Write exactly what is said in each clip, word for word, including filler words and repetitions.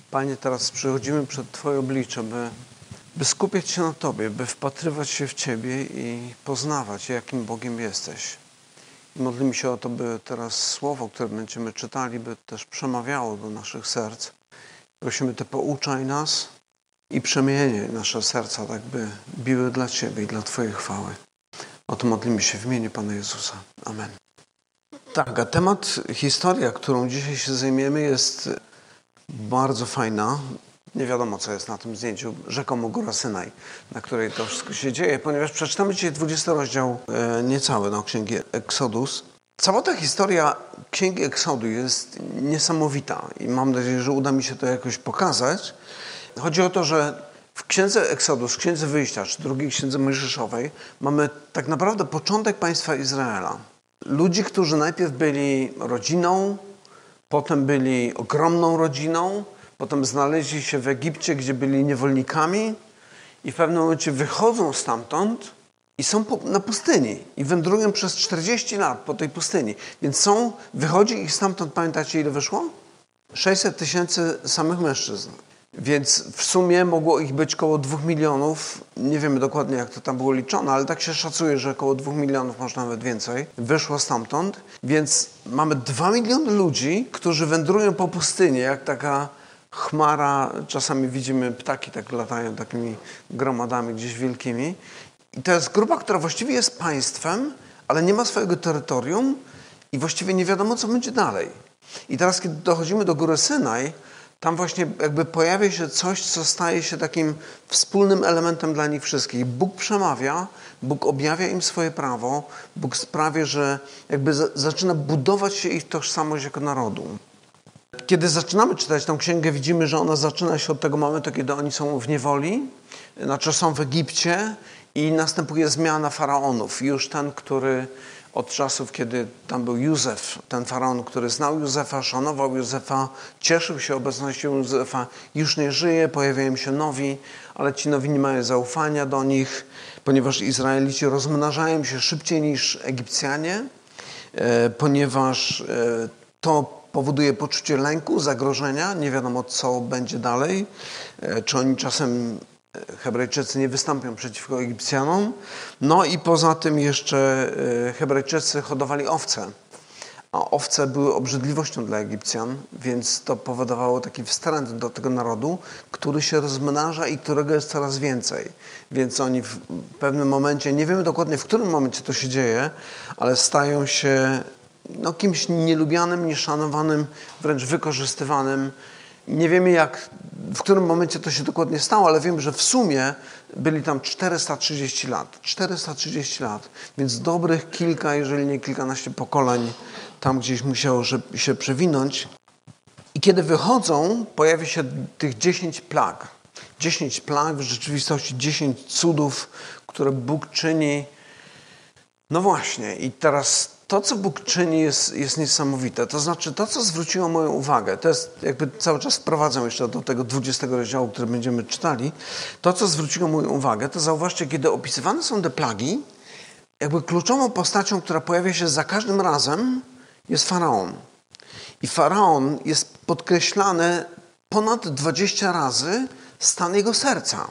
Panie, teraz przychodzimy przed Twoje oblicze, by, by skupiać się na Tobie, by wpatrywać się w Ciebie i poznawać, jakim Bogiem jesteś. I modlimy się o to, by teraz słowo, które będziemy czytali, by też przemawiało do naszych serc. Prosimy Ty, pouczaj nas i przemieniaj nasze serca, tak by biły dla Ciebie i dla Twojej chwały. O to modlimy się w imieniu Pana Jezusa. Amen. Tak, a temat, historia, którą dzisiaj się zajmiemy, jest bardzo fajna. Nie wiadomo, co jest na tym zdjęciu. Rzekomo Góra Synaj, na której to wszystko się dzieje, ponieważ przeczytamy dzisiaj dwudziesty rozdział, e, niecały, no, Księgi Exodus. Cała ta historia Księgi Exodu jest niesamowita i mam nadzieję, że uda mi się to jakoś pokazać. Chodzi o to, że w Księdze Exodus, Księdze Wyjścia, czy drugiej Księdze Mojżeszowej mamy tak naprawdę początek państwa Izraela. Ludzi, którzy najpierw byli rodziną, potem byli ogromną rodziną, potem znaleźli się w Egipcie, gdzie byli niewolnikami i w pewnym momencie wychodzą stamtąd i są na pustyni i wędrują przez czterdzieści lat po tej pustyni. Więc są, wychodzi ich stamtąd, pamiętacie ile wyszło? sześćset tysięcy samych mężczyzn. Więc w sumie mogło ich być około dwóch milionów. Nie wiemy dokładnie, jak to tam było liczone, ale tak się szacuje, że około dwóch milionów, może nawet więcej, wyszło stamtąd. Więc mamy dwa miliony ludzi, którzy wędrują po pustyni, jak taka chmara. Czasami widzimy ptaki, tak latają takimi gromadami gdzieś wielkimi. I to jest grupa, która właściwie jest państwem, ale nie ma swojego terytorium i właściwie nie wiadomo, co będzie dalej. I teraz, kiedy dochodzimy do Góry Synaj, tam właśnie jakby pojawia się coś, co staje się takim wspólnym elementem dla nich wszystkich. Bóg przemawia, Bóg objawia im swoje prawo, Bóg sprawia, że jakby za, zaczyna budować się ich tożsamość jako narodu. Kiedy zaczynamy czytać tę księgę, widzimy, że ona zaczyna się od tego momentu, kiedy oni są w niewoli, znaczy są w Egipcie i następuje zmiana faraonów. Już ten, który od czasów, kiedy tam był Józef, ten faraon, który znał Józefa, szanował Józefa, cieszył się obecnością Józefa, już nie żyje, pojawiają się nowi, ale ci nowi nie mają zaufania do nich, ponieważ Izraelici rozmnażają się szybciej niż Egipcjanie, ponieważ to powoduje poczucie lęku, zagrożenia, nie wiadomo, co będzie dalej, czy oni czasem Hebrajczycy nie wystąpią przeciwko Egipcjanom. No i poza tym jeszcze Hebrajczycy hodowali owce, a owce były obrzydliwością dla Egipcjan, więc to powodowało taki wstręt do tego narodu, który się rozmnaża i którego jest coraz więcej. Więc oni w pewnym momencie, nie wiemy dokładnie, w którym momencie to się dzieje, ale stają się no, kimś nielubianym, nieszanowanym, wręcz wykorzystywanym. Nie wiemy, jak, w którym momencie to się dokładnie stało, ale wiem, że w sumie byli tam czterysta trzydzieści lat. czterysta trzydzieści lat, więc dobrych kilka, jeżeli nie kilkanaście pokoleń tam gdzieś musiało się przewinąć. I kiedy wychodzą, pojawia się tych dziesięć plag. dziesięć plag, w rzeczywistości dziesięć cudów, które Bóg czyni. No właśnie, i teraz to, co Bóg czyni, jest, jest niesamowite. To znaczy, to, co zwróciło moją uwagę, to jest, jakby cały czas wprowadzam jeszcze do tego dwudziestego rozdziału, który będziemy czytali. To, co zwróciło moją uwagę, to zauważcie, kiedy opisywane są te plagi, jakby kluczową postacią, która pojawia się za każdym razem, jest Faraon. I Faraon jest podkreślany ponad dwadzieścia razy stan jego serca.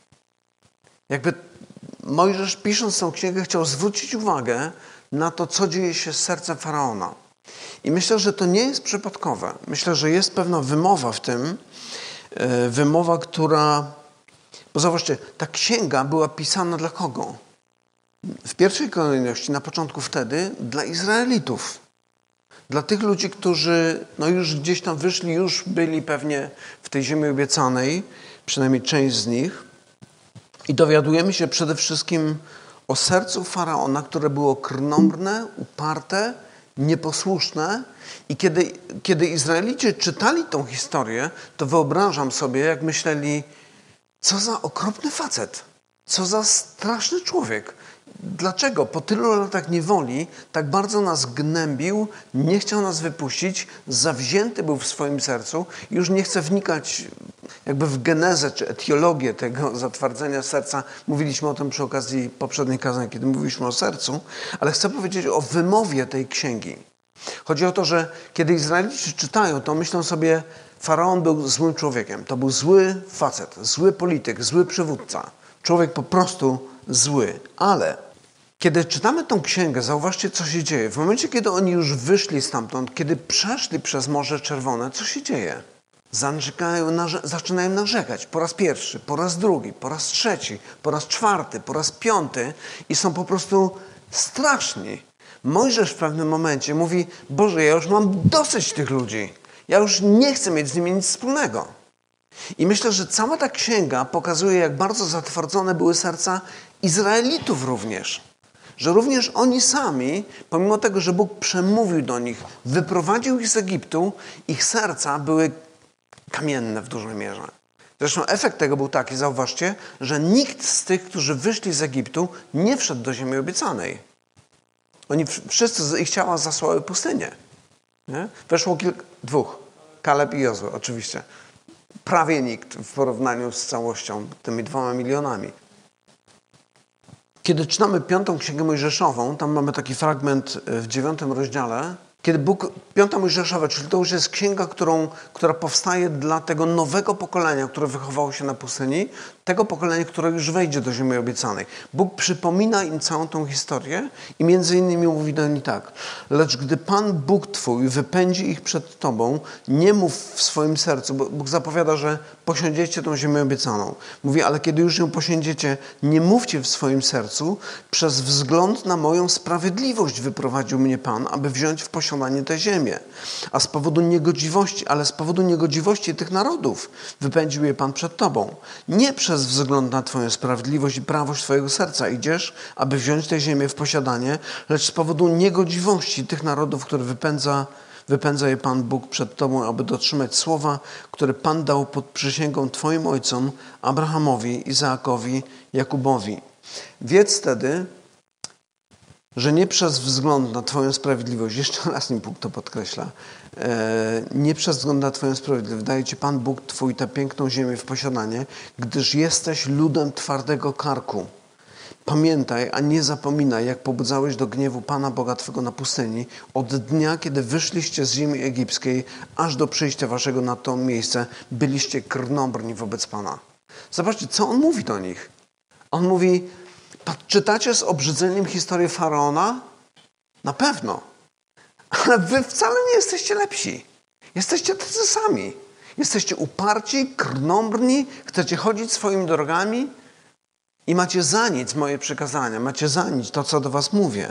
Jakby Mojżesz, pisząc tę księgę, chciał zwrócić uwagę na to, co dzieje się z sercem Faraona. I myślę, że to nie jest przypadkowe. Myślę, że jest pewna wymowa w tym, wymowa, która... Bo zobaczcie, ta księga była pisana dla kogo? W pierwszej kolejności, na początku wtedy, dla Izraelitów. Dla tych ludzi, którzy no już gdzieś tam wyszli, już byli pewnie w tej ziemi obiecanej, przynajmniej część z nich. I dowiadujemy się przede wszystkim o sercu Faraona, które było krnąbrne, uparte, nieposłuszne. I kiedy, kiedy Izraelici czytali tą historię, to wyobrażam sobie, jak myśleli, co za okropny facet, co za straszny człowiek. Dlaczego po tylu latach niewoli tak bardzo nas gnębił, nie chciał nas wypuścić, zawzięty był w swoim sercu, już nie chce wnikać jakby w genezę czy etiologię tego zatwardzenia serca. Mówiliśmy o tym przy okazji poprzedniej kazań, kiedy mówiliśmy o sercu, ale chcę powiedzieć o wymowie tej księgi. Chodzi o to, że kiedy Izraelici czytają, to myślą sobie, Faraon był złym człowiekiem. To był zły facet, zły polityk, zły przywódca. Człowiek po prostu zły. Ale kiedy czytamy tą księgę, zauważcie, co się dzieje. W momencie, kiedy oni już wyszli stamtąd, kiedy przeszli przez Morze Czerwone, co się dzieje? Zarzekają, narze- zaczynają narzekać po raz pierwszy, po raz drugi, po raz trzeci, po raz czwarty, po raz piąty i są po prostu straszni. Mojżesz w pewnym momencie mówi: Boże, ja już mam dosyć tych ludzi. Ja już nie chcę mieć z nimi nic wspólnego. I myślę, że cała ta księga pokazuje, jak bardzo zatwardzone były serca Izraelitów również. Że również oni sami, pomimo tego, że Bóg przemówił do nich, wyprowadził ich z Egiptu, ich serca były kamienne w dużej mierze. Zresztą efekt tego był taki, zauważcie, że nikt z tych, którzy wyszli z Egiptu, nie wszedł do ziemi obiecanej. Oni wszyscy z ich ciała zasłały pustynię. Nie? Weszło kilk... dwóch. Kaleb i Jozue, oczywiście. Prawie nikt w porównaniu z całością, tymi dwoma milionami. Kiedy czytamy piątą księgę Mojżeszową, tam mamy taki fragment w dziewiątym rozdziale, kiedy Bóg, piąta Mojżeszowa, czyli to już jest księga, którą, która powstaje dla tego nowego pokolenia, które wychowało się na pustyni, tego pokolenia, które już wejdzie do ziemi obiecanej. Bóg przypomina im całą tą historię i między innymi mówi do nich tak: lecz gdy Pan Bóg Twój wypędzi ich przed Tobą, nie mów w swoim sercu, bo Bóg zapowiada, że posiądziecie tą ziemię obiecaną. Mówi, ale kiedy już ją posiądziecie, nie mówcie w swoim sercu, przez wzgląd na moją sprawiedliwość wyprowadził mnie Pan, aby wziąć w posiadanie tę ziemię. A z powodu niegodziwości, ale z powodu niegodziwości tych narodów wypędził je Pan przed Tobą. Nie przez wzgląd na Twoją sprawiedliwość i prawość Twojego serca idziesz, aby wziąć tę ziemię w posiadanie, lecz z powodu niegodziwości tych narodów, które wypędza, wypędza je Pan Bóg przed Tobą, aby dotrzymać słowa, które Pan dał pod przysięgą Twoim ojcom, Abrahamowi, Izaakowi, Jakubowi. Wiedz wtedy, że nie przez wzgląd na Twoją sprawiedliwość, jeszcze raz mi Bóg to podkreśla, e, nie przez wzgląd na Twoją sprawiedliwość daje Ci Pan Bóg Twój tę piękną ziemię w posiadanie, gdyż jesteś ludem twardego karku. Pamiętaj, a nie zapominaj, jak pobudzałeś do gniewu Pana Boga Twego na pustyni, od dnia, kiedy wyszliście z ziemi egipskiej, aż do przyjścia Waszego na to miejsce, byliście krnąbrni wobec Pana. Zobaczcie, co On mówi do nich. On mówi: czytacie z obrzydzeniem historię Faraona? Na pewno. Ale wy wcale nie jesteście lepsi. Jesteście tacy sami. Jesteście uparci, krnąbrni, chcecie chodzić swoimi drogami i macie za nic moje przykazania. Macie za nic to, co do was mówię.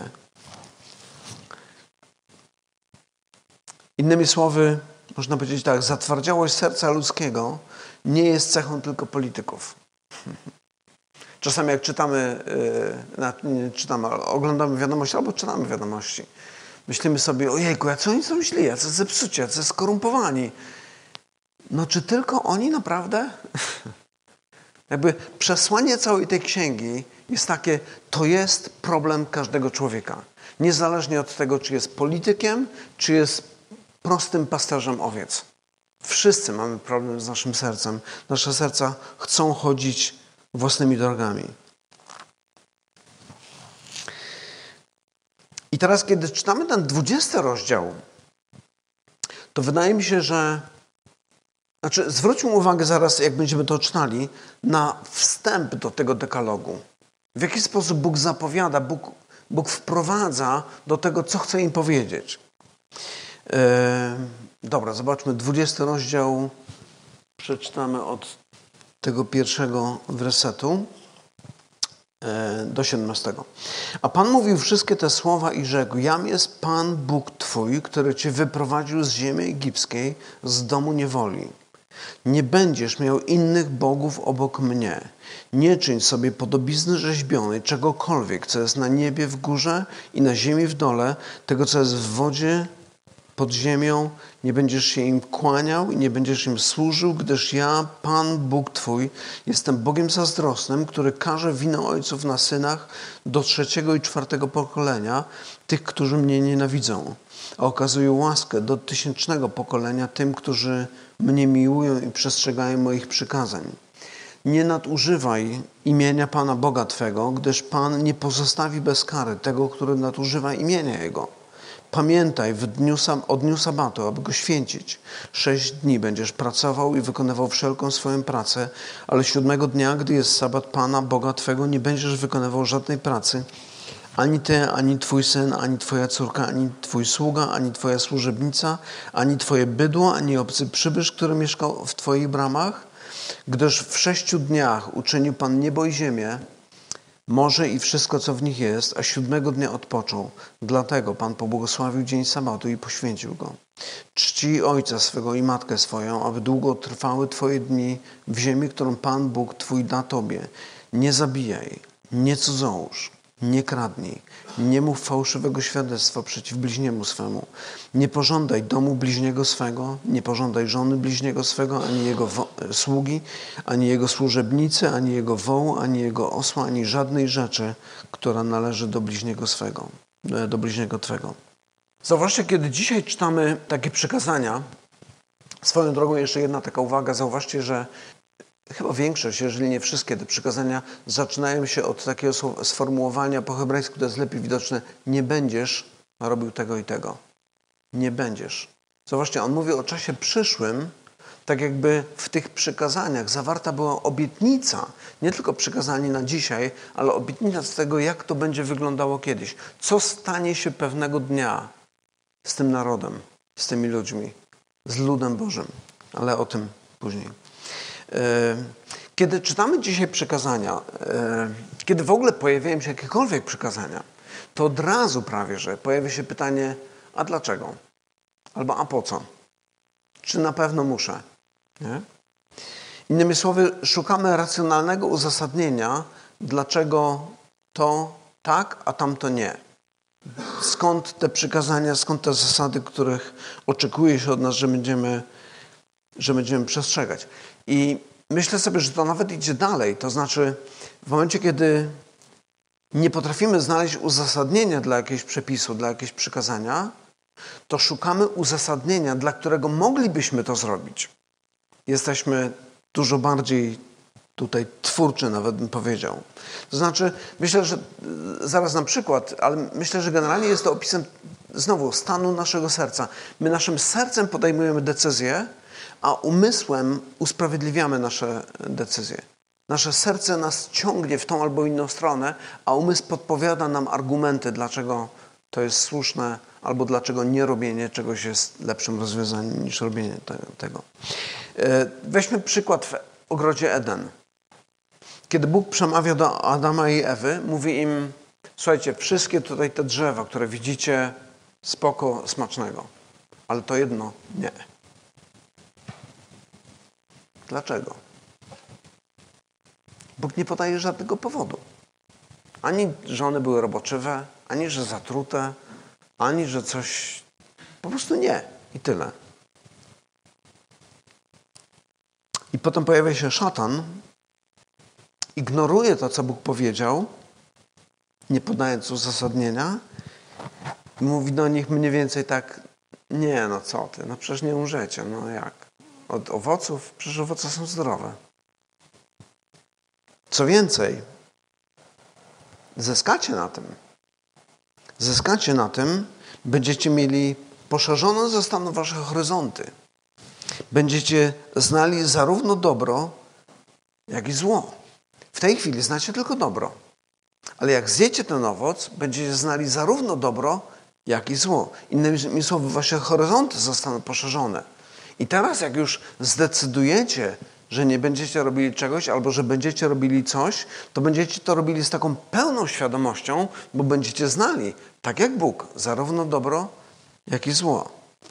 Innymi słowy, można powiedzieć tak, zatwardziałość serca ludzkiego nie jest cechą tylko polityków. Czasami jak czytamy, yy, czytamy, oglądamy wiadomości albo czytamy wiadomości, myślimy sobie: ojejku, jacy oni są źli, jacy zepsuci, jacy skorumpowani. No czy tylko oni naprawdę? Jakby przesłanie całej tej księgi jest takie: to jest problem każdego człowieka. Niezależnie od tego, czy jest politykiem, czy jest prostym pasterzem owiec. Wszyscy mamy problem z naszym sercem. Nasze serca chcą chodzić własnymi drogami. I teraz, kiedy czytamy ten dwudziesty rozdział, to wydaje mi się, że... Znaczy, zwróćmy uwagę zaraz, jak będziemy to czytali, na wstęp do tego dekalogu. W jaki sposób Bóg zapowiada, Bóg, Bóg wprowadza do tego, co chce im powiedzieć. Yy, dobra, zobaczmy, dwudziesty rozdział. Przeczytamy od tego pierwszego wersetu do siedemnastego. A Pan mówił wszystkie te słowa i rzekł: Jam jest Pan Bóg Twój, który Cię wyprowadził z ziemi egipskiej, z domu niewoli. Nie będziesz miał innych bogów obok mnie. Nie czyń sobie podobizny rzeźbionej, czegokolwiek, co jest na niebie w górze i na ziemi w dole, tego, co jest w wodzie pod ziemią. Nie będziesz się im kłaniał i nie będziesz im służył, gdyż ja, Pan Bóg Twój, jestem Bogiem zazdrosnym, który karze winę ojców na synach do trzeciego i czwartego pokolenia, tych, którzy mnie nienawidzą, a okazuję łaskę do tysięcznego pokolenia tym, którzy mnie miłują i przestrzegają moich przykazań. Nie nadużywaj imienia Pana Boga Twego, gdyż Pan nie pozostawi bez kary tego, który nadużywa imienia Jego. Pamiętaj w dniu sam, o dniu sabatu, aby go święcić. Sześć dni będziesz pracował i wykonywał wszelką swoją pracę, ale siódmego dnia, gdy jest sabat Pana, Boga Twego, nie będziesz wykonywał żadnej pracy. Ani ty, ani twój syn, ani twoja córka, ani twój sługa, ani twoja służebnica, ani twoje bydło, ani obcy przybysz, który mieszkał w twoich bramach. Gdyż w sześciu dniach uczynił Pan niebo i ziemię, morze i wszystko, co w nich jest, a siódmego dnia odpoczął. Dlatego Pan pobłogosławił dzień sabatu i poświęcił go. Czcij ojca swego i matkę swoją, aby długo trwały twoje dni w ziemi, którą Pan Bóg twój da tobie. Nie zabijaj, nie cudzołóż, nie kradnij, nie mów fałszywego świadectwa przeciw bliźniemu swemu. Nie pożądaj domu bliźniego swego, nie pożądaj żony bliźniego swego, ani jego wo- sługi, ani jego służebnicy, ani jego wołu, ani jego osła, ani żadnej rzeczy, która należy do bliźniego swego, do bliźniego twego. Zauważcie, kiedy dzisiaj czytamy takie przykazania, swoją drogą jeszcze jedna taka uwaga, zauważcie, że chyba większość, jeżeli nie wszystkie te przykazania zaczynają się od takiego sformułowania po hebrajsku, to jest lepiej widoczne, nie będziesz robił tego i tego. Nie będziesz. Zobaczcie, on mówi o czasie przyszłym, tak jakby w tych przykazaniach zawarta była obietnica, nie tylko przykazanie na dzisiaj, ale obietnica z tego, jak to będzie wyglądało kiedyś. Co stanie się pewnego dnia z tym narodem, z tymi ludźmi, z ludem Bożym. Ale o tym później. Kiedy czytamy dzisiaj przykazania, kiedy w ogóle pojawiają się jakiekolwiek przykazania, to od razu prawie, że pojawia się pytanie, a dlaczego? Albo a po co? Czy na pewno muszę? Nie? Innymi słowy, szukamy racjonalnego uzasadnienia, dlaczego to tak, a tamto nie. Skąd te przykazania, skąd te zasady, których oczekuje się od nas, że będziemy, że będziemy przestrzegać. I myślę sobie, że to nawet idzie dalej. To znaczy, w momencie, kiedy nie potrafimy znaleźć uzasadnienia dla jakiegoś przepisu, dla jakiegoś przykazania, to szukamy uzasadnienia, dla którego moglibyśmy to zrobić. Jesteśmy dużo bardziej tutaj twórczy, nawet bym powiedział. To znaczy, myślę, że zaraz na przykład, ale myślę, że generalnie jest to opisem znowu stanu naszego serca. My naszym sercem podejmujemy decyzje, a umysłem usprawiedliwiamy nasze decyzje. Nasze serce nas ciągnie w tą albo inną stronę, a umysł podpowiada nam argumenty, dlaczego to jest słuszne, albo dlaczego nie robienie czegoś jest lepszym rozwiązaniem niż robienie tego. Weźmy przykład w ogrodzie Eden. Kiedy Bóg przemawia do Adama i Ewy, mówi im, słuchajcie, wszystkie tutaj te drzewa, które widzicie, spoko, smacznego, ale to jedno nie. Dlaczego? Bóg nie podaje żadnego powodu. Ani, że one były roboczywe, ani, że zatrute, ani, że coś... Po prostu nie. I tyle. I potem pojawia się szatan, ignoruje to, co Bóg powiedział, nie podając uzasadnienia i mówi do nich mniej więcej tak, nie, no co ty, no przecież nie umrzecie, no jak? Od owoców? Przecież owoce są zdrowe. Co więcej, zyskacie na tym. Zyskacie na tym, będziecie mieli, poszerzone zostaną wasze horyzonty. Będziecie znali zarówno dobro, jak i zło. W tej chwili znacie tylko dobro. Ale jak zjecie ten owoc, będziecie znali zarówno dobro, jak i zło. Innymi słowy, wasze horyzonty zostaną poszerzone. I teraz jak już zdecydujecie, że nie będziecie robili czegoś, albo że będziecie robili coś, to będziecie to robili z taką pełną świadomością, bo będziecie znali, tak jak Bóg, zarówno dobro, jak i zło.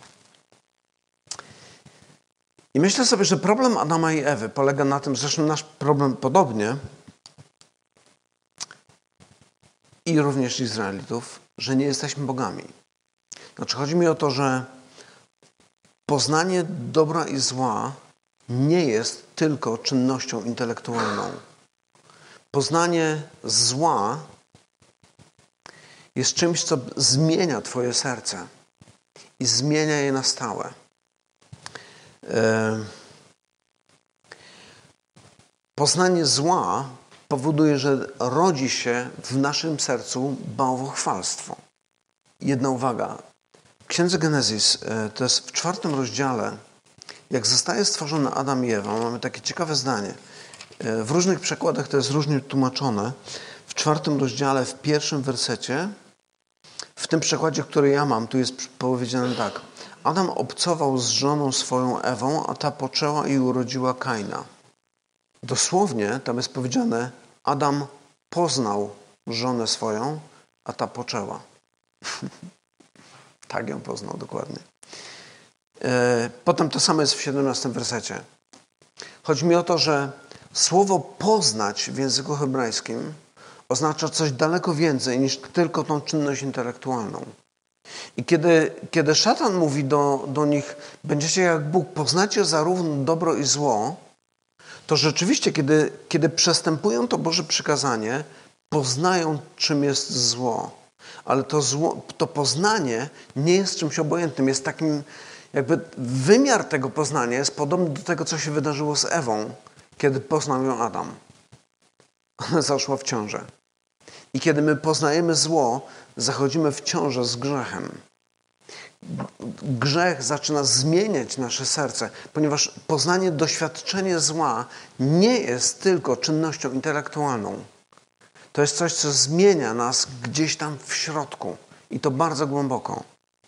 I myślę sobie, że problem Adama i Ewy polega na tym, zresztą nasz problem podobnie, i również Izraelitów, że nie jesteśmy bogami. Znaczy, chodzi mi o to, że poznanie dobra i zła nie jest tylko czynnością intelektualną. Poznanie zła jest czymś, co zmienia twoje serce i zmienia je na stałe. Poznanie zła powoduje, że rodzi się w naszym sercu bałwochwalstwo. Jedna uwaga. W Księdze Genezis, to jest w czwartym rozdziale, jak zostaje stworzony Adam i Ewa, mamy takie ciekawe zdanie. W różnych przekładach to jest różnie tłumaczone. W czwartym rozdziale, w pierwszym wersecie, w tym przekładzie, który ja mam, tu jest powiedziane tak. Adam obcował z żoną swoją Ewą, a ta poczęła i urodziła Kaina. Dosłownie tam jest powiedziane, Adam poznał żonę swoją, a ta poczęła. Tak ją poznał dokładnie. Potem to samo jest w siedemnastym wersecie. Chodzi mi o to, że słowo poznać w języku hebrajskim oznacza coś daleko więcej niż tylko tą czynność intelektualną. I kiedy, kiedy szatan mówi do, do nich, będziecie jak Bóg, poznacie zarówno dobro i zło, to rzeczywiście, kiedy, kiedy przestępują to Boże przykazanie, poznają, czym jest zło. Ale to, zło, to poznanie nie jest czymś obojętnym. Jest takim, jakby wymiar tego poznania jest podobny do tego, co się wydarzyło z Ewą, kiedy poznał ją Adam. Ona zaszła w ciążę. I kiedy my poznajemy zło, zachodzimy w ciążę z grzechem. Grzech zaczyna zmieniać nasze serce, ponieważ poznanie, doświadczenie zła nie jest tylko czynnością intelektualną. To jest coś, co zmienia nas gdzieś tam w środku i to bardzo głęboko.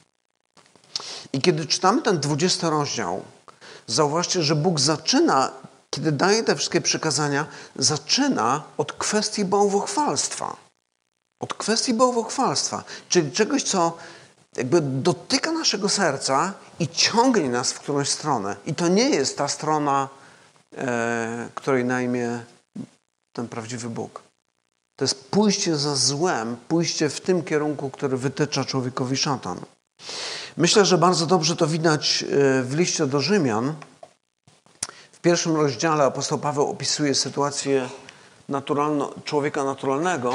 I kiedy czytamy ten dwudziesty rozdział, zauważcie, że Bóg zaczyna, kiedy daje te wszystkie przykazania, zaczyna od kwestii bałwochwalstwa. Od kwestii bałwochwalstwa, czyli czegoś, co jakby dotyka naszego serca i ciągnie nas w którąś stronę. I to nie jest ta strona, e, której na imię ten prawdziwy Bóg. To jest pójście za złem, pójście w tym kierunku, który wytycza człowiekowi szatan. Myślę, że bardzo dobrze to widać w liście do Rzymian. W pierwszym rozdziale apostoł Paweł opisuje sytuację naturalno, człowieka naturalnego.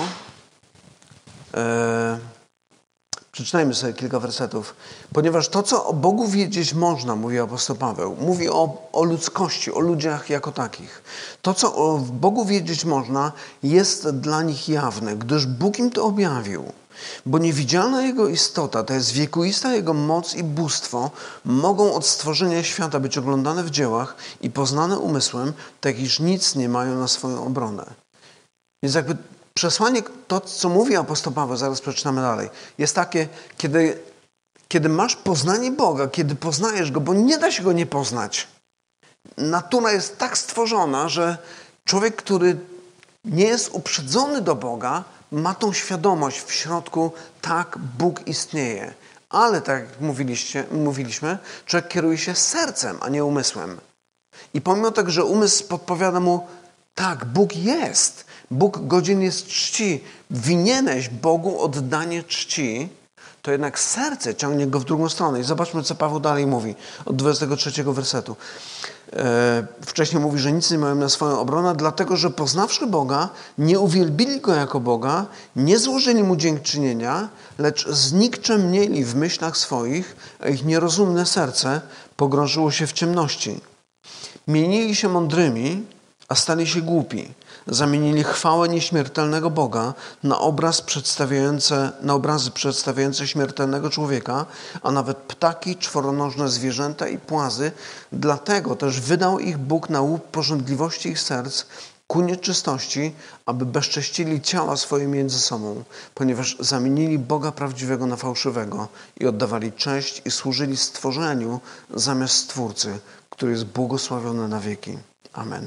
E, przeczytajmy sobie kilka wersetów. Ponieważ to, co o Bogu wiedzieć można, mówi apostoł Paweł, mówi o, o ludzkości, o ludziach jako takich. To, co o Bogu wiedzieć można, jest dla nich jawne, gdyż Bóg im to objawił. Bo niewidzialna Jego istota, to jest wiekuista Jego moc i bóstwo, mogą od stworzenia świata być oglądane w dziełach i poznane umysłem, tak iż nic nie mają na swoją obronę. Więc jakby przesłanie, to co mówi apostoł Paweł, zaraz przeczytamy dalej, jest takie, kiedy, kiedy masz poznanie Boga, kiedy poznajesz Go, bo nie da się Go nie poznać. Natura jest tak stworzona, że człowiek, który nie jest uprzedzony do Boga, ma tą świadomość w środku, tak, Bóg istnieje. Ale tak jak mówiliście, mówiliśmy, człowiek kieruje się sercem, a nie umysłem. I pomimo tego, że umysł podpowiada mu, tak, Bóg jest, Bóg godzien jest czci, winieneś Bogu oddanie czci, to jednak serce ciągnie go w drugą stronę. I zobaczmy, co Paweł dalej mówi od dwudziestego trzeciego wersetu. E, wcześniej mówi, że nic nie mają na swoją obronę, dlatego, że poznawszy Boga, nie uwielbili Go jako Boga, nie złożyli Mu dziękczynienia, lecz znikczemnieli w myślach swoich, a ich nierozumne serce pogrążyło się w ciemności. Mienili się mądrymi, a stali się głupi. Zamienili chwałę nieśmiertelnego Boga na obraz przedstawiające, na obrazy przedstawiające śmiertelnego człowieka, a nawet ptaki, czworonożne zwierzęta i płazy. Dlatego też wydał ich Bóg na łup pożądliwości ich serc ku nieczystości, aby bezcześcili ciała swoje między sobą, ponieważ zamienili Boga prawdziwego na fałszywego i oddawali cześć i służyli stworzeniu zamiast Stwórcy, który jest błogosławiony na wieki. Amen.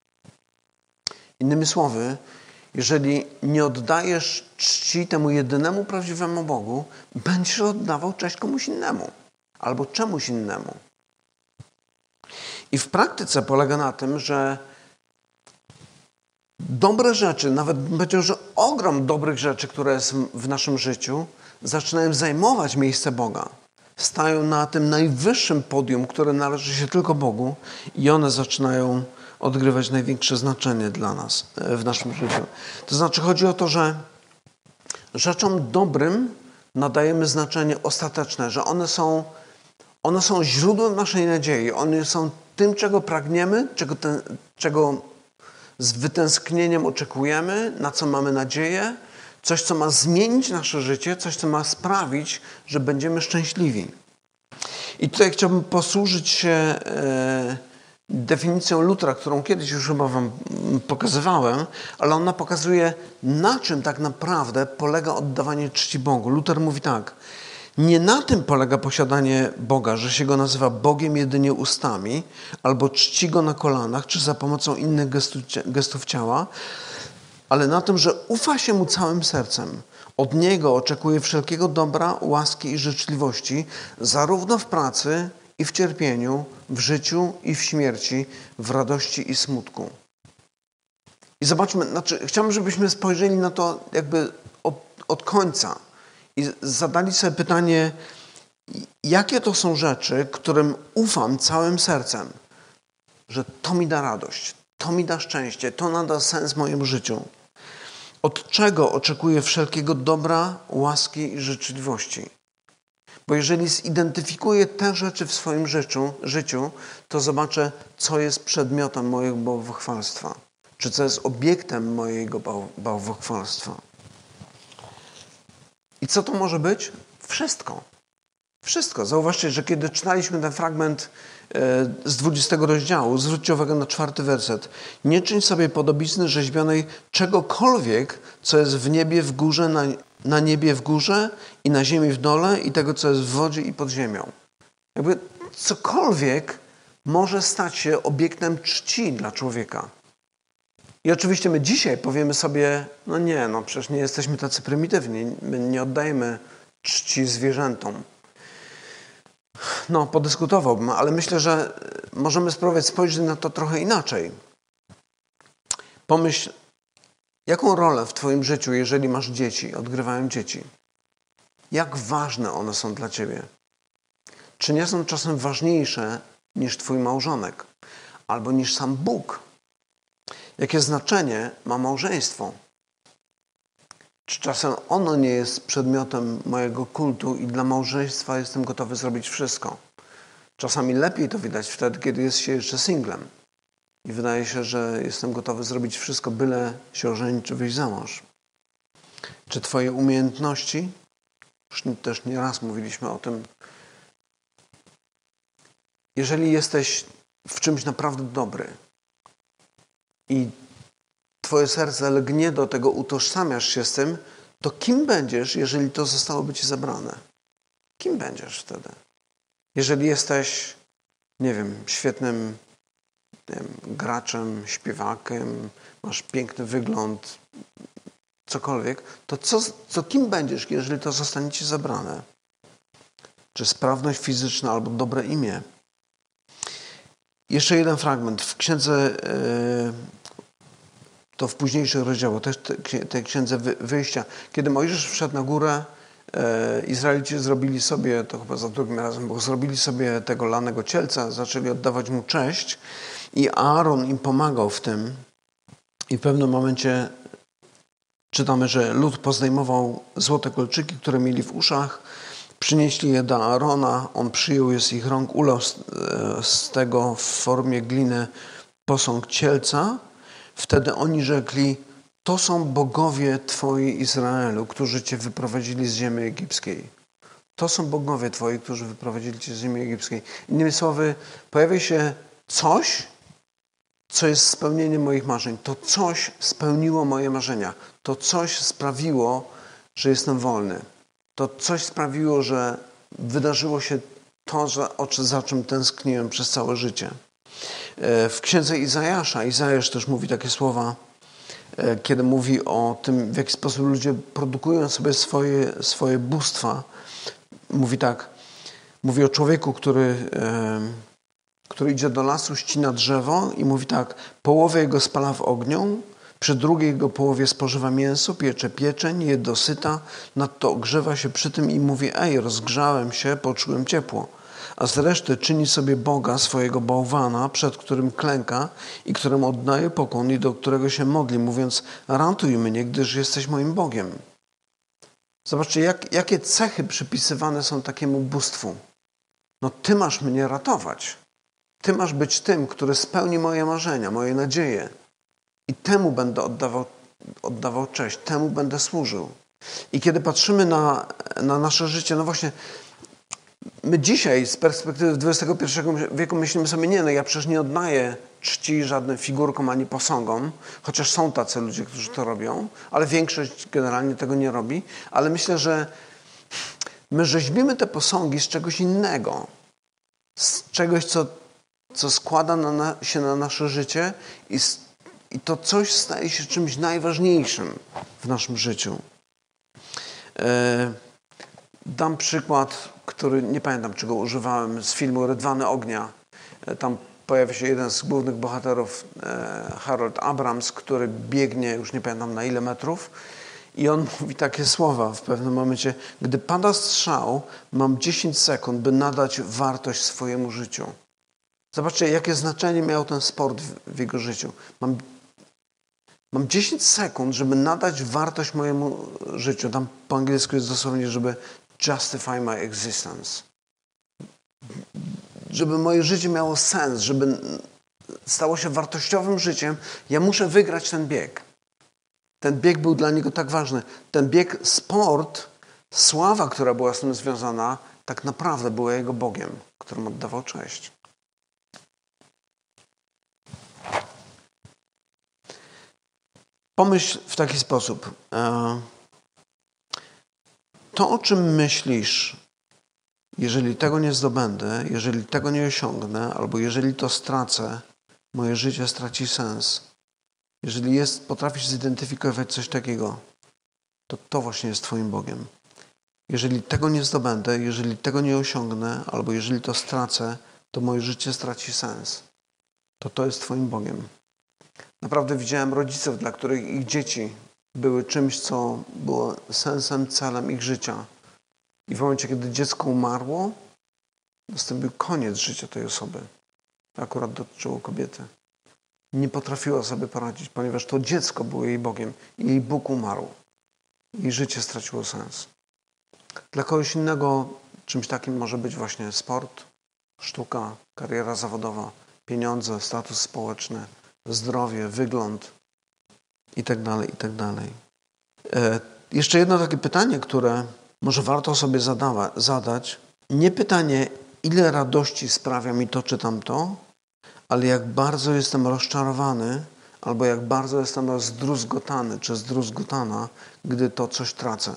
Innymi słowy, jeżeli nie oddajesz czci temu jedynemu prawdziwemu Bogu, będziesz oddawał cześć komuś innemu albo czemuś innemu. I w praktyce polega na tym, że dobre rzeczy, nawet powiedział, że ogrom dobrych rzeczy, które jest w naszym życiu, zaczynają zajmować miejsce Boga. Stają na tym najwyższym podium, które należy się tylko Bogu i one zaczynają odgrywać największe znaczenie dla nas w naszym życiu. To znaczy chodzi o to, że rzeczom dobrym nadajemy znaczenie ostateczne, że one są, one są źródłem naszej nadziei. One są tym, czego pragniemy, czego, ten, czego z wytęsknieniem oczekujemy, na co mamy nadzieję. Coś, co ma zmienić nasze życie, coś, co ma sprawić, że będziemy szczęśliwi. I tutaj chciałbym posłużyć się e, definicją Lutra, którą kiedyś już chyba wam pokazywałem, ale ona pokazuje, na czym tak naprawdę polega oddawanie czci Bogu. Luther mówi tak: nie na tym polega posiadanie Boga, że się Go nazywa Bogiem jedynie ustami, albo czci Go na kolanach, czy za pomocą innych gestów, gestów ciała, ale na tym, że ufa się Mu całym sercem. Od Niego oczekuje wszelkiego dobra, łaski i życzliwości, zarówno w pracy i w cierpieniu, w życiu i w śmierci, w radości i smutku. I zobaczmy, znaczy, chciałbym, żebyśmy spojrzeli na to jakby od, od końca i zadali sobie pytanie, jakie to są rzeczy, którym ufam całym sercem, że to mi da radość, to mi da szczęście, to nada sens mojemu życiu. Od czego oczekuję wszelkiego dobra, łaski i życzliwości? Bo jeżeli zidentyfikuję te rzeczy w swoim życiu, życiu, to zobaczę, co jest przedmiotem mojego bałwochwalstwa. Czy co jest obiektem mojego bał, bałwochwalstwa. I co to może być? Wszystko. Wszystko. Zauważcie, że kiedy czytaliśmy ten fragment z dwudziestego rozdziału, zwróćcie uwagę na czwarty werset. Nie czyń sobie podobizny rzeźbionej czegokolwiek, co jest w niebie w górze, na, na niebie w górze i na ziemi w dole i tego, co jest w wodzie i pod ziemią. Jakby cokolwiek może stać się obiektem czci dla człowieka. I oczywiście my dzisiaj powiemy sobie, no nie, no przecież nie jesteśmy tacy prymitywni, my nie oddajemy czci zwierzętom. No, podyskutowałbym, ale myślę, że możemy spróbować spojrzeć na to trochę inaczej. Pomyśl, jaką rolę w twoim życiu, jeżeli masz dzieci, odgrywają dzieci? Jak ważne one są dla ciebie? Czy nie są czasem ważniejsze niż twój małżonek? Albo niż sam Bóg? Jakie znaczenie ma małżeństwo? Czy czasem ono nie jest przedmiotem mojego kultu i dla małżeństwa jestem gotowy zrobić wszystko? Czasami lepiej to widać wtedy, kiedy jest się jeszcze singlem. I wydaje się, że jestem gotowy zrobić wszystko, byle się ożenić czy wyjść za mąż. Czy twoje umiejętności? Już też nieraz mówiliśmy o tym. Jeżeli jesteś w czymś naprawdę dobry i twoje serce lgnie do tego, utożsamiasz się z tym, to kim będziesz, jeżeli to zostałoby ci zabrane? Kim będziesz wtedy? Jeżeli jesteś, nie wiem, świetnym nie wiem, graczem, śpiewakiem, masz piękny wygląd, cokolwiek, to co, co kim będziesz, jeżeli to zostanie ci zabrane? Czy sprawność fizyczna albo dobre imię? Jeszcze jeden fragment. W księdze, to w późniejszych rozdziałach, też tej księdze Wyjścia, kiedy Mojżesz wszedł na górę, Izraelici zrobili sobie, to chyba za drugim razem, bo zrobili sobie tego lanego cielca, zaczęli oddawać mu cześć i Aaron im pomagał w tym. I w pewnym momencie czytamy, że lud pozdejmował złote kolczyki, które mieli w uszach, przynieśli je do Aarona, on przyjął je z ich rąk, ulał z, z tego w formie gliny posąg cielca. Wtedy oni rzekli: to są bogowie Twoi, Izraelu, którzy Cię wyprowadzili z ziemi egipskiej. To są bogowie Twoi, którzy wyprowadzili Cię z ziemi egipskiej. Innymi słowy, pojawia się coś, co jest spełnieniem moich marzeń. To coś spełniło moje marzenia. To coś sprawiło, że jestem wolny. To coś sprawiło, że wydarzyło się to, za czym tęskniłem przez całe życie. W księdze Izajasza, Izajasz też mówi takie słowa, kiedy mówi o tym, w jaki sposób ludzie produkują sobie swoje, swoje bóstwa. Mówi tak, mówi o człowieku, który, który idzie do lasu, ścina drzewo i mówi tak: połowę jego spala w ogniu, przy drugiej jego połowie spożywa mięso, piecze pieczeń, je dosyta, nadto ogrzewa się przy tym i mówi: ej, rozgrzałem się, poczułem ciepło. A z reszty czyni sobie Boga, swojego bałwana, przed którym klęka i któremu oddaje pokłon i do którego się modli, mówiąc: ratuj mnie, gdyż jesteś moim Bogiem. Zobaczcie, jak, jakie cechy przypisywane są takiemu bóstwu. No Ty masz mnie ratować. Ty masz być tym, który spełni moje marzenia, moje nadzieje. I Temu będę oddawał oddawał cześć, temu będę służył. I kiedy patrzymy na, na nasze życie, no właśnie, my dzisiaj z perspektywy dwudziestego pierwszego wieku myślimy sobie, nie, no ja przecież nie oddaję czci żadnym figurkom ani posągom, chociaż są tacy ludzie, którzy to robią, ale większość generalnie tego nie robi. Ale myślę, że my rzeźbimy te posągi z czegoś innego, z czegoś, co, co składa na na, się na nasze życie i, i to coś staje się czymś najważniejszym w naszym życiu. E, dam przykład, który nie pamiętam, czego używałem, z filmu Rydwany ognia. E, tam pojawia się jeden z głównych bohaterów, e, Harold Abrams, który biegnie, już nie pamiętam na ile metrów, i on mówi takie słowa w pewnym momencie: gdy pada strzał, mam dziesięć sekund, by nadać wartość swojemu życiu. Zobaczcie, jakie znaczenie miał ten sport w, w jego życiu. Mam, mam dziesięć sekund, żeby nadać wartość mojemu życiu. Tam po angielsku jest dosłownie, żeby justify my existence. Żeby moje życie miało sens, żeby stało się wartościowym życiem, ja muszę wygrać ten bieg. Ten bieg był dla niego tak ważny. Ten bieg, sport, sława, która była z tym związana, tak naprawdę była jego Bogiem, któremu oddawał cześć. Pomyśl w taki sposób. To, o czym myślisz, jeżeli tego nie zdobędę, jeżeli tego nie osiągnę, albo jeżeli to stracę, moje życie straci sens. Jeżeli jest, potrafisz zidentyfikować coś takiego, to to właśnie jest Twoim Bogiem. Jeżeli tego nie zdobędę, jeżeli tego nie osiągnę, albo jeżeli to stracę, to moje życie straci sens. To to jest Twoim Bogiem. Naprawdę widziałem rodziców, dla których ich dzieci były czymś, co było sensem, celem ich życia. I w momencie, kiedy dziecko umarło, nastąpił koniec życia tej osoby. Akurat dotyczyło kobiety. Nie potrafiła sobie poradzić, ponieważ to dziecko było jej Bogiem i jej Bóg umarł. Jej życie straciło sens. Dla kogoś innego czymś takim może być właśnie sport, sztuka, kariera zawodowa, pieniądze, status społeczny, zdrowie, wygląd itd., itd. E, jeszcze jedno takie pytanie, które może warto sobie zadawa, zadać. Nie pytanie, ile radości sprawia mi to czy tamto, ale jak bardzo jestem rozczarowany, albo jak bardzo jestem zdruzgotany czy zdruzgotana, gdy to coś tracę.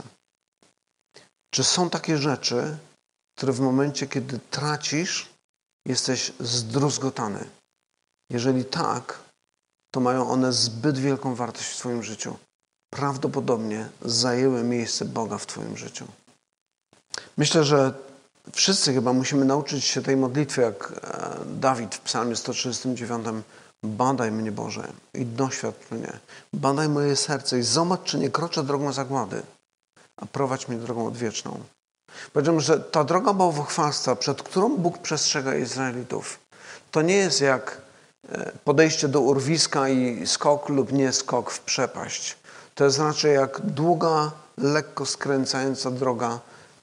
Czy są takie rzeczy, które w momencie, kiedy tracisz, jesteś zdruzgotany? Jeżeli tak, to mają one zbyt wielką wartość w Twoim życiu. Prawdopodobnie zajęły miejsce Boga w Twoim życiu. Myślę, że wszyscy chyba musimy nauczyć się tej modlitwy, jak Dawid w psalmie sto trzydziestym dziewiątym. Badaj mnie, Boże, i doświadcz mnie. Badaj moje serce i zobacz, czy nie kroczę drogą zagłady, a prowadź mnie drogą odwieczną. Powiedziałem, że ta droga bałwochwalstwa, przed którą Bóg przestrzega Izraelitów, to nie jest jak podejście do urwiska i skok lub nie skok w przepaść. To jest raczej jak długa, lekko skręcająca droga.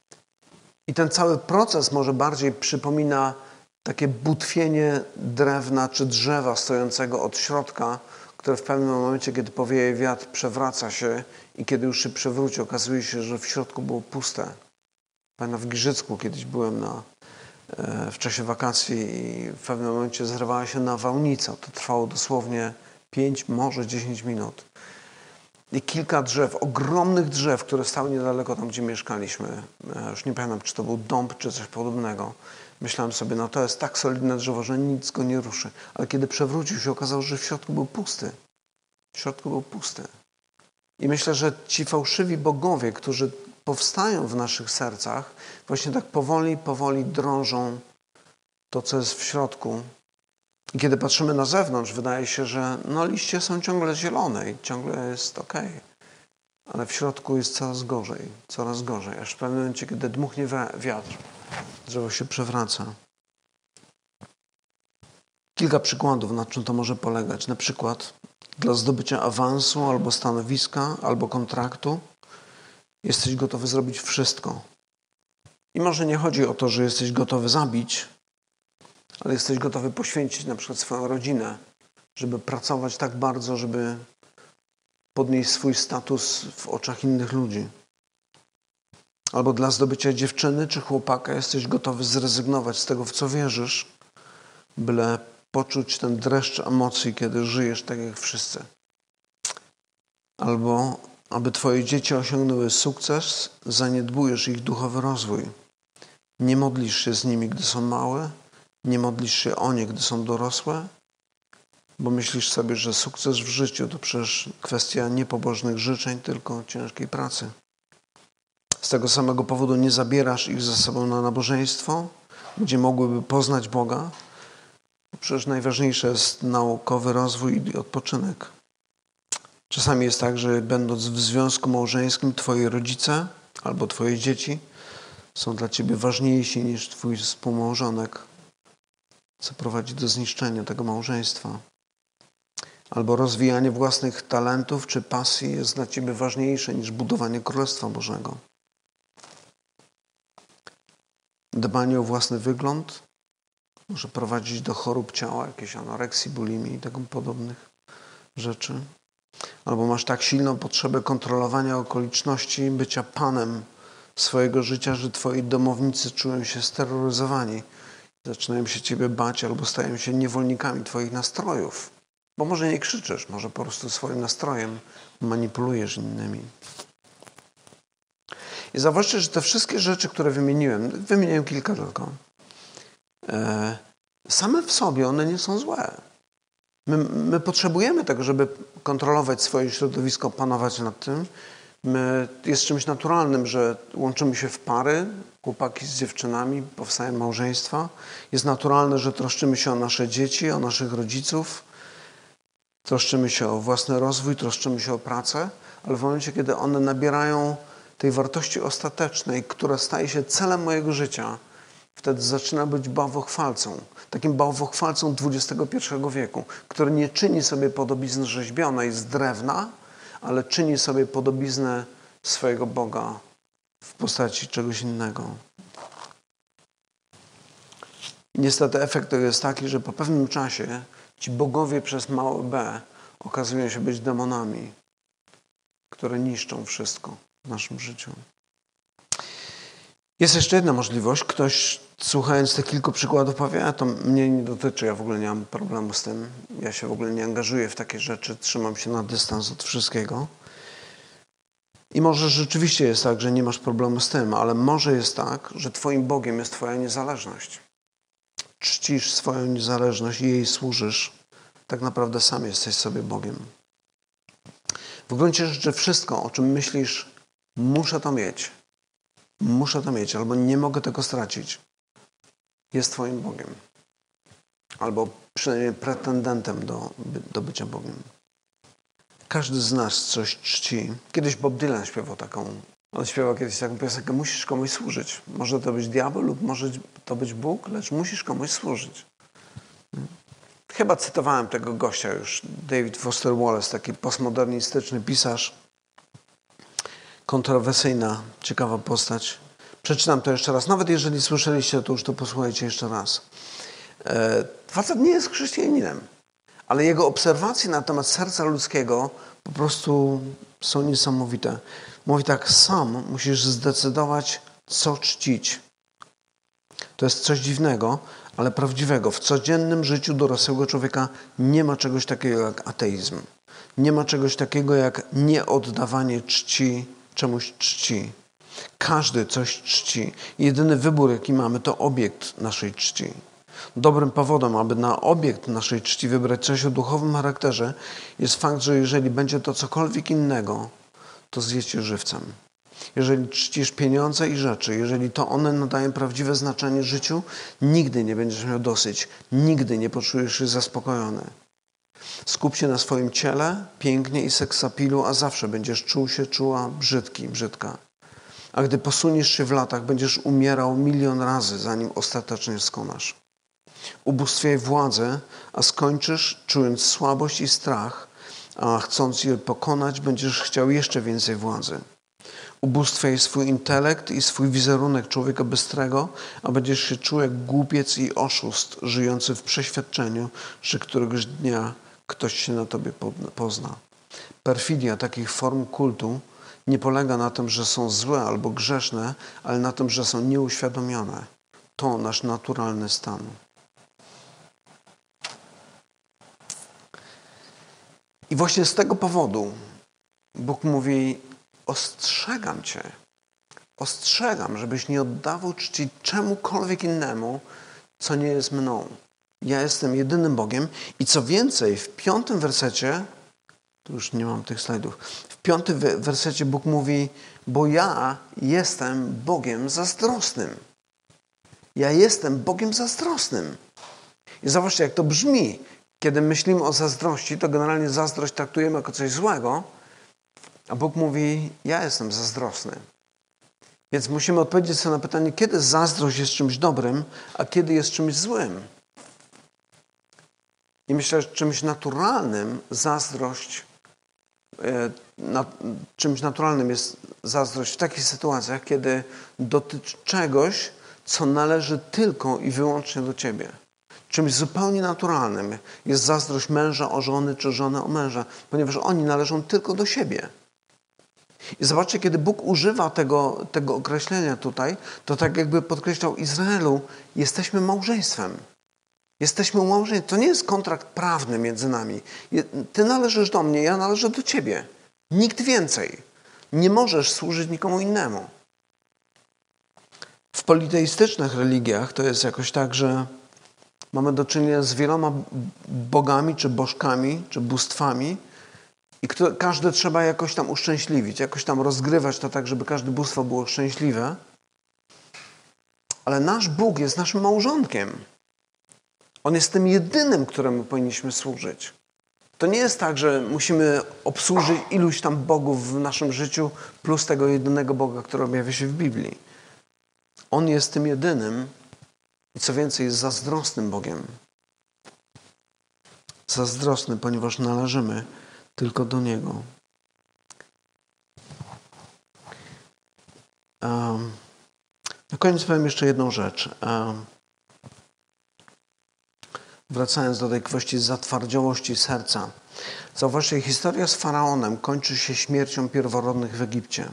I ten cały proces może bardziej przypomina takie butwienie drewna czy drzewa stojącego od środka, które w pewnym momencie, kiedy powieje wiatr, przewraca się i kiedy już się przewróci, okazuje się, że w środku było puste. Pamiętam, w Giżycku kiedyś byłem na, e, w czasie wakacji i w pewnym momencie zrywała się nawałnica. To trwało dosłownie pięć, może dziesięć minut. I kilka drzew, ogromnych drzew, które stały niedaleko tam, gdzie mieszkaliśmy. E, już nie pamiętam, czy to był dąb, czy coś podobnego. Myślałem sobie, no to jest tak solidne drzewo, że nic go nie ruszy. Ale kiedy przewrócił się, okazało, że w środku był pusty. W środku był pusty. I myślę, że ci fałszywi bogowie, którzy powstają w naszych sercach, właśnie tak powoli, powoli drążą to, co jest w środku. I kiedy patrzymy na zewnątrz, wydaje się, że no, liście są ciągle zielone i ciągle jest okej. Ale w środku jest coraz gorzej, coraz gorzej. Aż w pewnym momencie, kiedy dmuchnie wiatr, drzewo się przewraca. Kilka przykładów, na czym to może polegać. Na przykład dla zdobycia awansu albo stanowiska, albo kontraktu jesteś gotowy zrobić wszystko. I może nie chodzi o to, że jesteś gotowy zabić, ale jesteś gotowy poświęcić na przykład swoją rodzinę, żeby pracować tak bardzo, żeby podnieść swój status w oczach innych ludzi. Albo dla zdobycia dziewczyny czy chłopaka jesteś gotowy zrezygnować z tego, w co wierzysz, byle poczuć ten dreszcz emocji, kiedy żyjesz tak jak wszyscy. Albo aby twoje dzieci osiągnęły sukces, zaniedbujesz ich duchowy rozwój. Nie modlisz się z nimi, gdy są małe, nie modlisz się o nie, gdy są dorosłe, bo myślisz sobie, że sukces w życiu to przecież kwestia nie pobożnych życzeń, tylko ciężkiej pracy. Z tego samego powodu nie zabierasz ich ze sobą na nabożeństwo, gdzie mogłyby poznać Boga. Przecież najważniejsze jest naukowy rozwój i odpoczynek. Czasami jest tak, że będąc w związku małżeńskim, twoi rodzice albo twoje dzieci są dla ciebie ważniejsi niż twój współmałżonek, co prowadzi do zniszczenia tego małżeństwa. Albo rozwijanie własnych talentów czy pasji jest dla ciebie ważniejsze niż budowanie Królestwa Bożego. Dbanie o własny wygląd może prowadzić do chorób ciała, jakiejś anoreksji, bulimii i tego podobnych rzeczy. Albo masz tak silną potrzebę kontrolowania okoliczności, bycia panem swojego życia, że twoi domownicy czują się steroryzowani. Zaczynają się ciebie bać albo stają się niewolnikami twoich nastrojów. Bo może nie krzyczysz, może po prostu swoim nastrojem manipulujesz innymi. I zauważcie, że te wszystkie rzeczy, które wymieniłem, wymieniłem kilka tylko, e, same w sobie one nie są złe. My, my potrzebujemy tego, żeby kontrolować swoje środowisko, panować nad tym. My, jest czymś naturalnym, że łączymy się w pary, chłopaki z dziewczynami, powstają małżeństwa. Jest naturalne, że troszczymy się o nasze dzieci, o naszych rodziców. Troszczymy się o własny rozwój, troszczymy się o pracę, ale w momencie, kiedy one nabierają tej wartości ostatecznej, która staje się celem mojego życia, wtedy zaczyna być bałwochwalcą. Takim bałwochwalcą dwudziestego pierwszego wieku, który nie czyni sobie podobizny rzeźbionej z drewna, ale czyni sobie podobiznę swojego Boga w postaci czegoś innego. Niestety efekt tego jest taki, że po pewnym czasie ci bogowie przez małe b okazują się być demonami, które niszczą wszystko w naszym życiu. Jest jeszcze jedna możliwość. Ktoś, słuchając tych kilku przykładów, powie, a to mnie nie dotyczy, ja w ogóle nie mam problemu z tym. Ja się w ogóle nie angażuję w takie rzeczy, trzymam się na dystans od wszystkiego. I może rzeczywiście jest tak, że nie masz problemu z tym, ale może jest tak, że twoim Bogiem jest twoja niezależność. Czcisz swoją niezależność i jej służysz. Tak naprawdę sam jesteś sobie Bogiem. W gruncie rzeczy wszystko, o czym myślisz, muszę to mieć. Muszę to mieć, albo nie mogę tego stracić. Jest twoim Bogiem. Albo przynajmniej pretendentem do, do bycia Bogiem. Każdy z nas coś czci. Kiedyś Bob Dylan śpiewał taką, on śpiewał kiedyś taką piosenkę, musisz komuś służyć. Może to być diabeł lub może to być Bóg, lecz musisz komuś służyć. Chyba cytowałem tego gościa już, David Foster Wallace, taki postmodernistyczny pisarz. Kontrowersyjna, ciekawa postać. Przeczytam to jeszcze raz. Nawet jeżeli słyszeliście, to już to posłuchajcie jeszcze raz. E, facet nie jest chrześcijaninem, ale jego obserwacje na temat serca ludzkiego po prostu są niesamowite. Mówi tak, sam musisz zdecydować, co czcić. To jest coś dziwnego, ale prawdziwego. W codziennym życiu dorosłego człowieka nie ma czegoś takiego jak ateizm. Nie ma czegoś takiego jak nieoddawanie czci czemuś czci. Każdy coś czci. Jedyny wybór, jaki mamy, to obiekt naszej czci. Dobrym powodem, aby na obiekt naszej czci wybrać coś o duchowym charakterze, jest fakt, że jeżeli będzie to cokolwiek innego, to zjecie żywcem. Jeżeli czcisz pieniądze i rzeczy, jeżeli to one nadają prawdziwe znaczenie życiu, nigdy nie będziesz miał dosyć. Nigdy nie poczujesz się zaspokojony. Skup się na swoim ciele, pięknie i seksapilu, a zawsze będziesz czuł się, czuła brzydki, brzydka. A gdy posuniesz się w latach, będziesz umierał milion razy, zanim ostatecznie skonasz. Ubóstwiaj władzę, a skończysz, czując słabość i strach, a chcąc je pokonać, będziesz chciał jeszcze więcej władzy. Ubóstwiaj swój intelekt i swój wizerunek człowieka bystrego, a będziesz się czuł jak głupiec i oszust, żyjący w przeświadczeniu, że któregoś dnia ktoś się na tobie pozna. Perfidia takich form kultu nie polega na tym, że są złe albo grzeszne, ale na tym, że są nieuświadomione. To nasz naturalny stan. I właśnie z tego powodu Bóg mówi: ostrzegam Cię, ostrzegam, żebyś nie oddawał czci czemukolwiek innemu, co nie jest mną. Ja jestem jedynym Bogiem i co więcej, w piątym wersecie, tu już nie mam tych slajdów, w piątym wersecie Bóg mówi: bo ja jestem Bogiem zazdrosnym. Ja jestem Bogiem zazdrosnym. I zobaczcie, jak to brzmi. Kiedy myślimy o zazdrości, to generalnie zazdrość traktujemy jako coś złego, a Bóg mówi: ja jestem zazdrosny. Więc musimy odpowiedzieć sobie na pytanie, kiedy zazdrość jest czymś dobrym, a kiedy jest czymś złym. I myślę, że czymś naturalnym zazdrość, e, na, czymś naturalnym jest zazdrość w takich sytuacjach, kiedy dotyczy czegoś, co należy tylko i wyłącznie do Ciebie. Czymś zupełnie naturalnym jest zazdrość męża o żony, czy żony o męża, ponieważ oni należą tylko do siebie. I zobaczcie, kiedy Bóg używa tego, tego określenia tutaj, to tak jakby podkreślał Izraelu: jesteśmy małżeństwem. Jesteśmy małżeństwem. To nie jest kontrakt prawny między nami. Ty należysz do mnie, ja należę do Ciebie. Nikt więcej. Nie możesz służyć nikomu innemu. W politeistycznych religiach to jest jakoś tak, że mamy do czynienia z wieloma bogami, czy bożkami, czy bóstwami i kto, każde trzeba jakoś tam uszczęśliwić, jakoś tam rozgrywać to tak, żeby każde bóstwo było szczęśliwe. Ale nasz Bóg jest naszym małżonkiem. On jest tym jedynym, któremu powinniśmy służyć. To nie jest tak, że musimy obsłużyć iluś tam bogów w naszym życiu plus tego jedynego Boga, który objawia się w Biblii. On jest tym jedynym i co więcej jest zazdrosnym Bogiem. Zazdrosny, ponieważ należymy tylko do Niego. Um, na koniec powiem jeszcze jedną rzecz. Um, wracając do tej kwestii zatwardziałości serca. Zauważcie, historia z Faraonem kończy się śmiercią pierworodnych w Egipcie.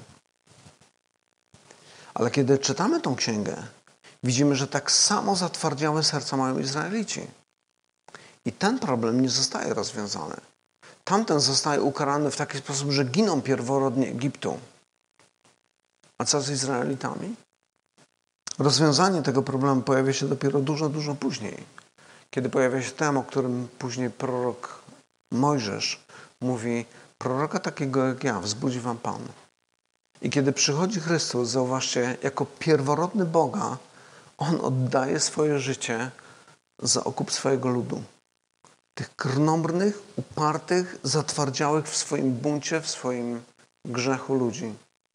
Ale kiedy czytamy tą księgę, widzimy, że tak samo zatwardziałe serca mają Izraelici. I ten problem nie zostaje rozwiązany. Tamten zostaje ukarany w taki sposób, że giną pierworodni Egiptu. A co z Izraelitami? Rozwiązanie tego problemu pojawia się dopiero dużo, dużo później. Kiedy pojawia się temat, o którym później prorok Mojżesz mówi: proroka takiego jak ja wzbudzi wam Pan. I kiedy przychodzi Chrystus, zauważcie, jako pierworodny Boga, On oddaje swoje życie za okup swojego ludu. Tych krnąbrnych, upartych, zatwardziałych w swoim buncie, w swoim grzechu ludzi.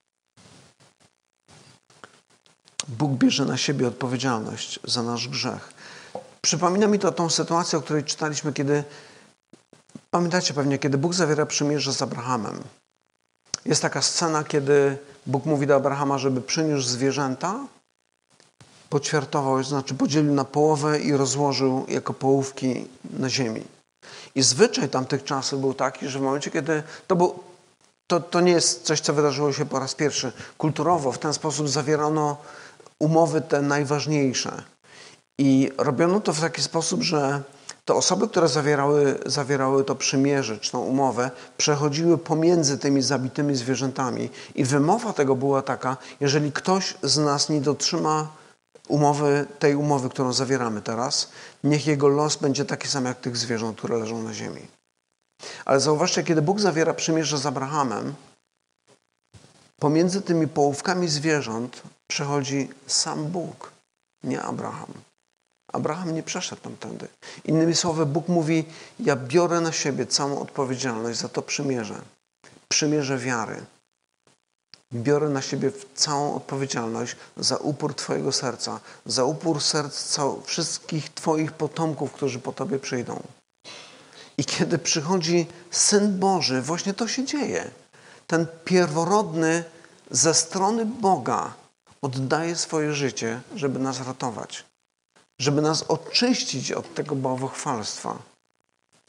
Bóg bierze na siebie odpowiedzialność za nasz grzech. Przypomina mi to tą sytuację, o której czytaliśmy, kiedy, pamiętacie pewnie, kiedy Bóg zawiera przymierze z Abrahamem. Jest taka scena, kiedy Bóg mówi do Abrahama, żeby przyniósł zwierzęta, poćwiartował, znaczy podzielił na połowę i rozłożył jako połówki na ziemi. I zwyczaj tamtych czasów był taki, że w momencie, kiedy to był, to, to nie jest coś, co wydarzyło się po raz pierwszy. Kulturowo w ten sposób zawierano umowy te najważniejsze. I robiono to w taki sposób, że te osoby, które zawierały, zawierały to przymierze, czy tą umowę, przechodziły pomiędzy tymi zabitymi zwierzętami. I wymowa tego była taka: jeżeli ktoś z nas nie dotrzyma umowy, tej umowy, którą zawieramy teraz, niech jego los będzie taki sam jak tych zwierząt, które leżą na ziemi. Ale zauważcie, kiedy Bóg zawiera przymierze z Abrahamem, pomiędzy tymi połówkami zwierząt przechodzi sam Bóg, nie Abraham. Abraham nie przeszedł tamtędy. Innymi słowy, Bóg mówi: ja biorę na siebie całą odpowiedzialność za to przymierze. Przymierze wiary. Biorę na siebie całą odpowiedzialność za upór Twojego serca, za upór serc cał- wszystkich Twoich potomków, którzy po Tobie przyjdą. I kiedy przychodzi Syn Boży, właśnie to się dzieje. Ten pierworodny ze strony Boga oddaje swoje życie, żeby nas ratować. Żeby nas oczyścić od tego bałwochwalstwa.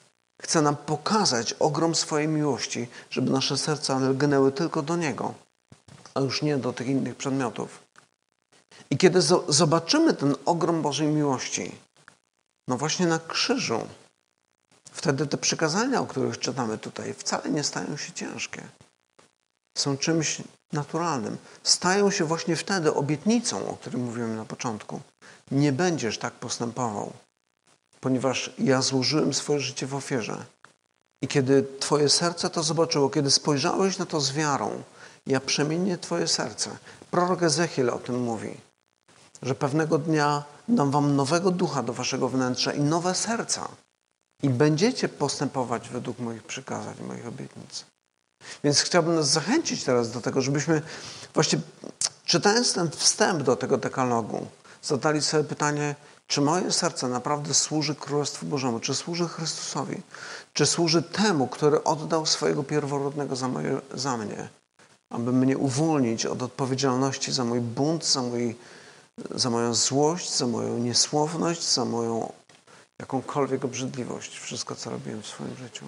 chce nam pokazać ogrom swojej miłości, żeby nasze serca lgnęły tylko do Niego, a już nie do tych innych przedmiotów. I kiedy zobaczymy ten ogrom Bożej miłości, no właśnie na krzyżu, wtedy te przykazania, o których czytamy tutaj, wcale nie stają się ciężkie. Są czymś naturalnym. Stają się właśnie wtedy obietnicą, o której mówiłem na początku. Nie będziesz tak postępował, ponieważ ja złożyłem swoje życie w ofierze. I kiedy Twoje serce to zobaczyło, kiedy spojrzałeś na to z wiarą, ja przemienię Twoje serce. Prorok Ezechiel o tym mówi, że pewnego dnia dam wam nowego ducha do waszego wnętrza i nowe serca. I będziecie postępować według moich przykazań, moich obietnic. Więc chciałbym nas zachęcić teraz do tego, żebyśmy właśnie czytając ten wstęp do tego dekalogu, zadali sobie pytanie, czy moje serce naprawdę służy Królestwu Bożemu, czy służy Chrystusowi, czy służy temu, który oddał swojego pierworodnego za, moje, za mnie, aby mnie uwolnić od odpowiedzialności za mój bunt, za, mój, za moją złość, za moją niesłowność, za moją jakąkolwiek obrzydliwość, wszystko, co robiłem w swoim życiu.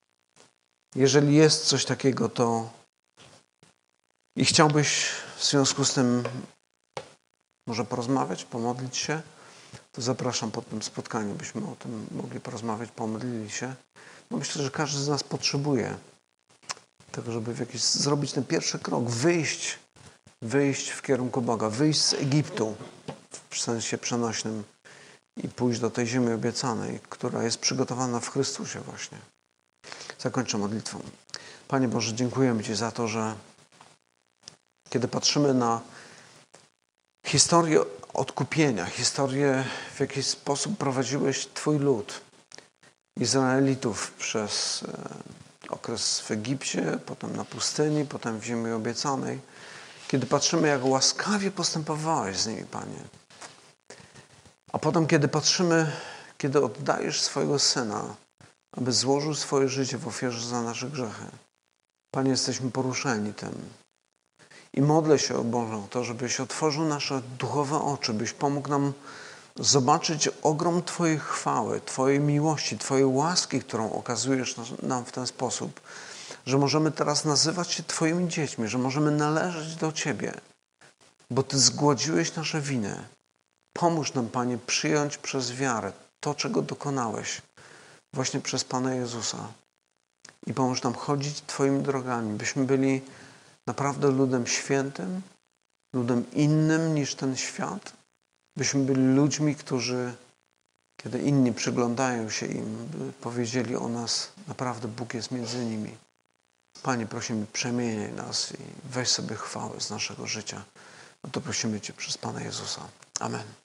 Jeżeli jest coś takiego, to i chciałbyś w związku z tym może porozmawiać, pomodlić się, to zapraszam po tym spotkaniu, byśmy o tym mogli porozmawiać, pomodlili się. Bo myślę, że każdy z nas potrzebuje tego, żeby w jakiś, zrobić ten pierwszy krok, wyjść, wyjść w kierunku Boga, wyjść z Egiptu w sensie przenośnym i pójść do tej ziemi obiecanej, która jest przygotowana w Chrystusie właśnie. Zakończę modlitwą. Panie Boże, dziękujemy Ci za to, że kiedy patrzymy na historię odkupienia, historię, w jaki sposób prowadziłeś Twój lud, Izraelitów przez okres w Egipcie, potem na pustyni, potem w ziemi obiecanej, kiedy patrzymy, jak łaskawie postępowałeś z nimi, Panie. A potem, kiedy patrzymy, kiedy oddajesz swojego Syna, aby złożył swoje życie w ofierze za nasze grzechy. Panie, jesteśmy poruszeni tym. I modlę się, o Boże, o to, żebyś otworzył nasze duchowe oczy, byś pomógł nam zobaczyć ogrom Twojej chwały, Twojej miłości, Twojej łaski, którą okazujesz nam w ten sposób, że możemy teraz nazywać się Twoimi dziećmi, że możemy należeć do Ciebie, bo Ty zgładziłeś nasze winy. Pomóż nam, Panie, przyjąć przez wiarę to, czego dokonałeś właśnie przez Pana Jezusa. I pomóż nam chodzić Twoimi drogami, byśmy byli naprawdę ludem świętym, ludem innym niż ten świat, byśmy byli ludźmi, którzy, kiedy inni przyglądają się im, by powiedzieli o nas, naprawdę Bóg jest między nimi. Panie, prosimy, przemieniaj nas i weź sobie chwałę z naszego życia. No to prosimy Cię przez Pana Jezusa. Amen.